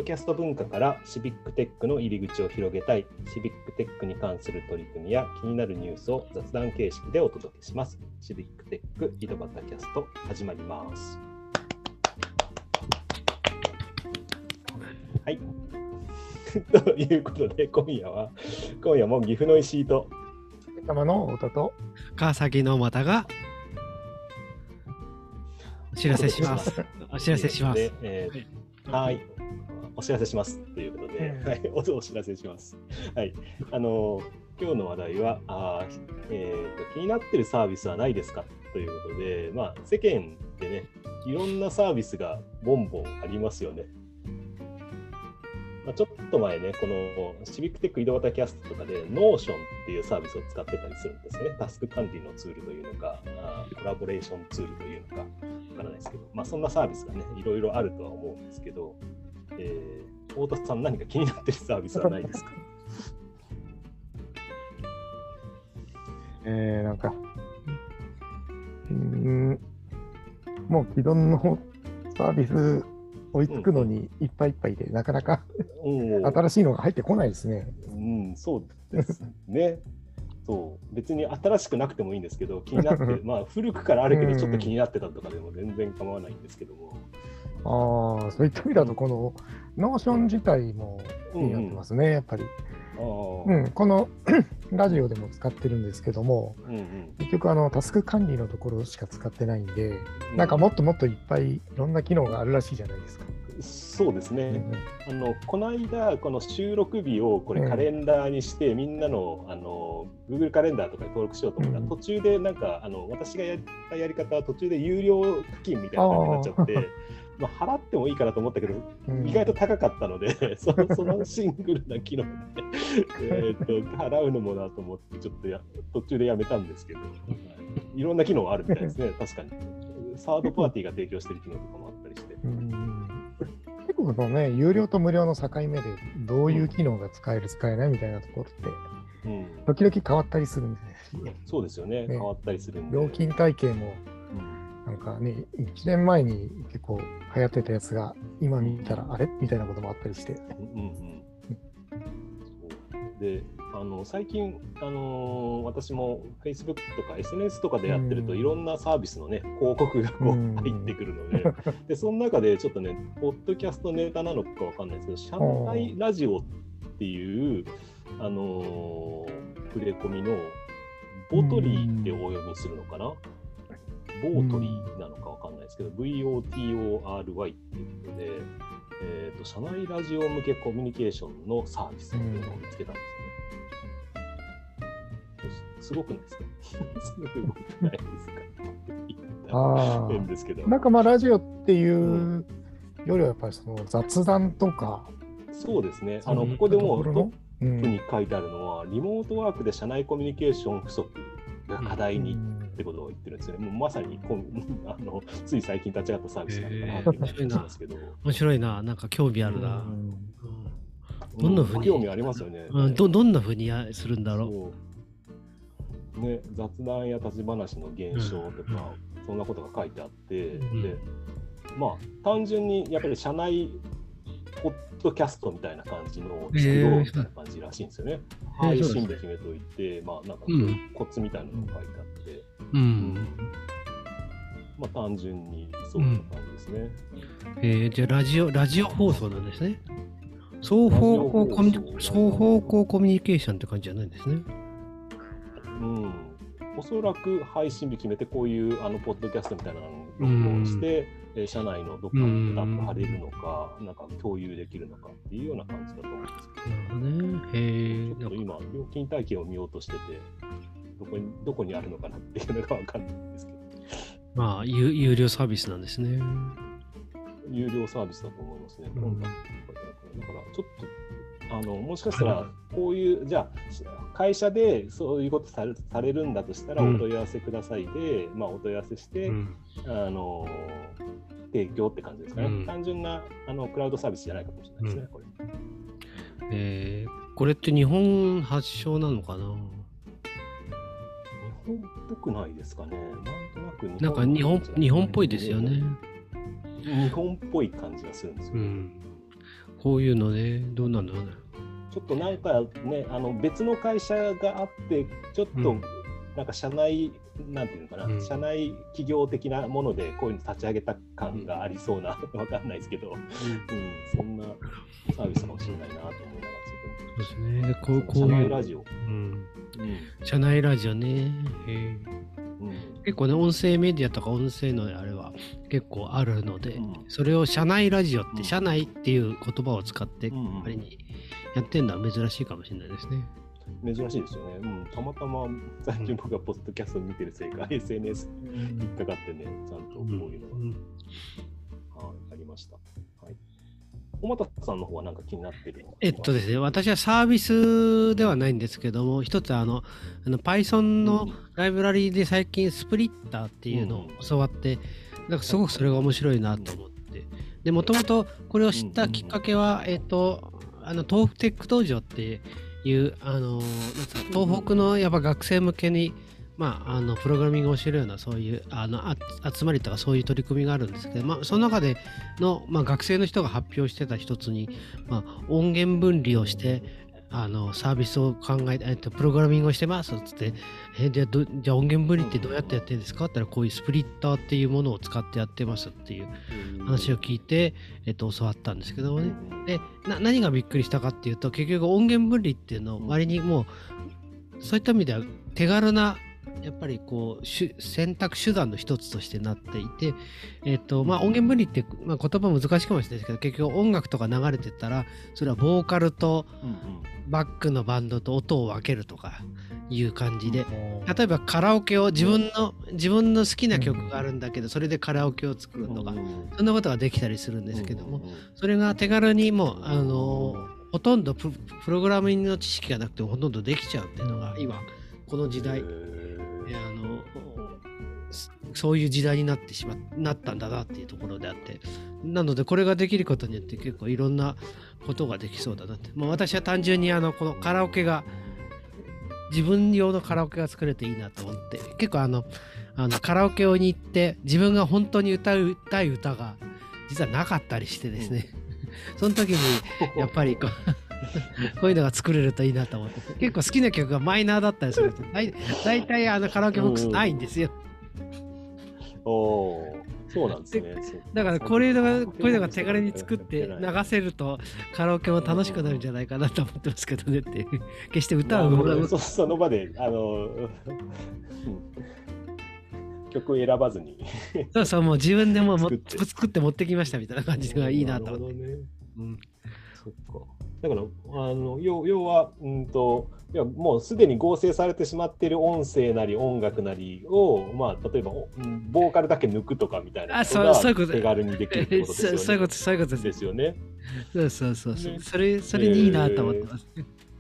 ドキャスト文化からシビックテックの入り口を広げたい、シビックテックに関する取り組みや気になるニュースを雑談形式でお届けします。シビックテック井戸端キャスト始まります。はい。ということで今夜も岐阜の石井と玉の太田と川崎の又がお知らせします。お知らせします。 はい、お知らせしますということで、はい、お知らせします。はい、今日の話題は気になってるサービスはないですかということで、世間でね、いろんなサービスがボンボンありますよね。ちょっと前ね、このシビックテック井戸端キャストとかで Notion っていうサービスを使ってたりするんですね。タスク管理のツールというのか、コラボレーションツールというのか、わからないですけど、そんなサービスがね、いろいろあるとは思うんですけど、太田さん何か気になってるサービスはないですか？ なんか、もう既存のサービス追いつくのにいっぱいいっぱいで、なかなか新しいのが入ってこないですね。 そうですね。そう別に新しくなくてもいいんですけど、気になって古くからあるけどちょっと気になってたとかでも全然構わないんですけども、 そういった意味だとこのノーション自体も気になってますね、やっぱり。このラジオでも使ってるんですけども、結局タスク管理のところしか使ってないんで、なんかもっともっといっぱいいろんな機能があるらしいじゃないですか。 そうですね。この間この収録日をこれカレンダーにして、みんなのGoogle カレンダーとかに登録しようと思ったら、途中でなんか私がやったやり方は途中で有料課金みたいな感じになっちゃって。払ってもいいかなと思ったけど、意外と高かったので、そのシングルな機能で、払うのもなと思って、ちょっと途中でやめたんですけど、いろんな機能あるみたいですね、確かに。サードパーティーが提供している機能とかもあったりして。 結構のね、有料と無料の境目で、どういう機能が使える、使えないみたいなところって、時々変わったりするんですね。 そうですよね、変わったりするんで。 料金体系もなんかね、1年前に結構流行ってたやつが今見たらあれみたいなこともあったりして。 で、最近、私も Facebook とか SNS とかでやってると、いろんなサービスのね、広告がこう入ってくるので、で、その中でちょっとね、ポッドキャストネタなのかわかんないですけど、社内ラジオっていう、触れ込みのボトリーってお読みするのかな、ボートリーなのかわかんないですけど、VOTORY っていうことで、社内ラジオ向けコミュニケーションのサービスっていうのを見つけたんですね。すごくないですか？すごくないですか？変ですけど。 なんかラジオっていうよりはやっぱりその雑談とか。 そうですね。ここでもトップに書いてあるのは、リモートワークで社内コミュニケーション不足が課題にってことを言ってるんですよね。もうまさについ最近立ち上がったサービスなのかなっていう気がしますけど。 面白いな、なんか興味あるな。どんな風に興味ありますよね。 どんな風にするんだろう。ね、雑談や立ち話の現象とか、そんなことが書いてあって、で、単純にやっぱり社内ポッドキャストみたいな感じの作ろうみたいな感じらしいんですよね。配信で決めといて、なんかコツみたいなのが書いてあって、単純にそういう感じですね。 じゃあラジオ放送なんですね。双方向コミュニケーションって感じじゃないんですね。 おそらく配信日決めてこういうポッドキャストみたいなのを録音して、社内のどっかにラップ貼れるのか、なんか共有できるのかっていうような感じだと思うんですけど、ちょっと今料金体系を見ようとしてて、どこにあるのかなっていうのが分かんないんですけど。 有料サービスなんですね。 有料サービスだと思いますね。だからちょっともしかしたらこういうじゃあ会社でそういうことされるんだとしたらお問い合わせくださいで、お問い合わせして、提供って感じですかね。単純なクラウドサービスじゃないかもしれないですね、これ。 これって日本発祥なのかな？ 日本っぽくないですかね。 なんか日本っぽいですよね。 日本っぽい感じがするんですよ。 こういうのね、どうなんだろうね。 ちょっとなんかね、別の会社があって、ちょっとなんか社内、なんていうのかな、社内企業的なものでこういうの立ち上げた感がありそうな、わかんないですけど、そんなサービスかもしれないなと思いながら、 そうですね。こういう社内ラジオ。 社内ラジオね。結構ね、音声メディアとか音声のあれは結構あるので、それを社内ラジオって、社内っていう言葉を使ってあれにやってんのは珍しいかもしれないですね。 珍しいですよね。たまたま最近僕がポッドキャストを見てるせいか、SNS に引っかかってね、ちゃんとこういうのが、ありました。はい。小俣さんの方は何か気になってるのですね、私はサービスではないんですけども、一つPython のライブラリで最近スプリッターっていうのを教わって、なんかすごくそれが面白いなと思って、で、もともとこれを知ったきっかけは、東北テック道場っていう、東北のやっぱ学生向けに、プログラミングを教えるようなそういう集まりとかそういう取り組みがあるんですけど、その中での、学生の人が発表してた一つに、音源分離をしてサービスを考えて、プログラミングをしてますっつって、じゃあ音源分離ってどうやってやってるんですかって言ったら、こういうスプリッターっていうものを使ってやってますっていう話を聞いて、教わったんですけどもね。で、何がびっくりしたかっていうと、結局音源分離っていうのを割にもうそういった意味では手軽なやっぱりこう選択手段の一つとしてなっていて、音源分離って、言葉難しいかもしれないですけど、結局音楽とか流れてたら、それはボーカルとバックのバンドと音を分けるとかいう感じで、例えばカラオケを自分の好きな曲があるんだけど、それでカラオケを作るとか、そんなことができたりするんですけども、それが手軽にもうほとんどプログラミングの知識がなくてもほとんどできちゃうっていうのが今この時代、そういう時代になったんだなっていうところであって、なのでこれができることによって結構いろんなことができそうだなって、私は単純にこのカラオケが自分用のカラオケが作れていいなと思って、結構カラオケに行って自分が本当に歌いたい歌が実はなかったりしてですね、その時にやっぱりこういうのが作れるといいなと思って、結構好きな曲がマイナーだったりするとだいたいカラオケボックスないんですよ。 そうなんですね。 だからこういうのが手軽に作って流せるとカラオケも楽しくなるんじゃないかなと思ってますけどねって決して歌をその場で曲を選ばずにそうもう自分でも作って持ってきましたみたいな感じがいいなと思って。 そっか。だから要はもうすでに合成されてしまっている音声なり音楽なりを、例えばボーカルだけ抜くとかみたいなことが手軽にできるってことですよね。 そういうことですよね。そう。それにいいなと思ってます。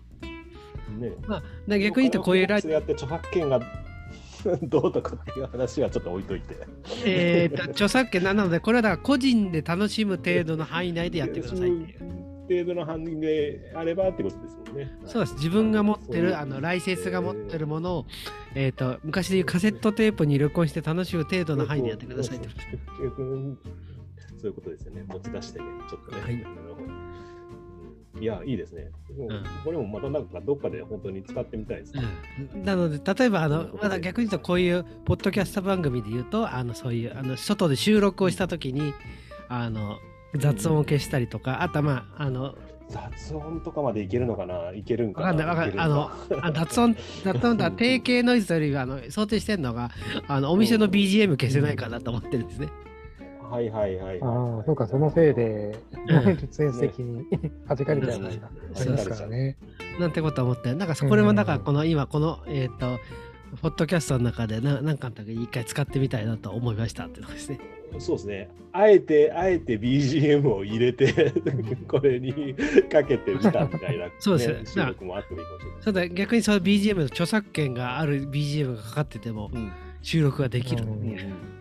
逆に言うとこういうラジオやって著作権がどうとかっていう話はちょっと置いといて。 著作権なので、これはだから個人で楽しむ程度の範囲内でやってくださいっていう。 程度の範囲であればってことですもんね。 そうです。自分が持ってるライセンスが持ってるものを、昔でいうカセットテープに録音して楽しむ程度の範囲でやってくださいってこと。 そういうことですよね。持ち出してね、ちょっとね。いや、いいですね。これもまたなんかどっかで本当に使ってみたいですね。 なので、例えばまだ逆に言うとこういうポッドキャスト番組で言うと、そういう外で収録をしたときに雑音を消したりとか、あと雑音とかまでいけるのかな、いけるんかな。 わかんない。雑音だ定型ノイズというよりは想定してるのがお店の BGM 消せないかなと思ってるんですね。 はい。 そうか、そのせいで出演席に弾かれちゃいました。ありますからね。 なんてこと思って、なんかこれもだから今このポッドキャストの中で何かの時に一回使ってみたいなと思いましたっていうのですね。 そうですね。あえて BGM を入れてこれにかけてみたみたいな、 そうですね。 収録もあってもいいかもしれない。 そうだ、逆にその BGM の著作権がある BGM がかかってても収録ができる。ね、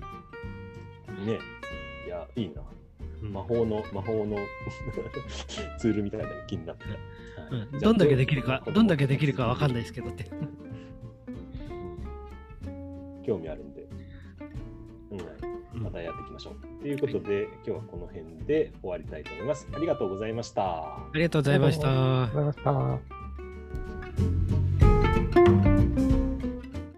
いや、いいな。魔法のツールみたいなの気になって。 どんだけできるかわかんないですけどって。 興味あるんで。 またやっていきましょう。ということで、今日はこの辺で終わりたいと思います。ありがとうございました。 ありがとうございました。 ありがとうございました。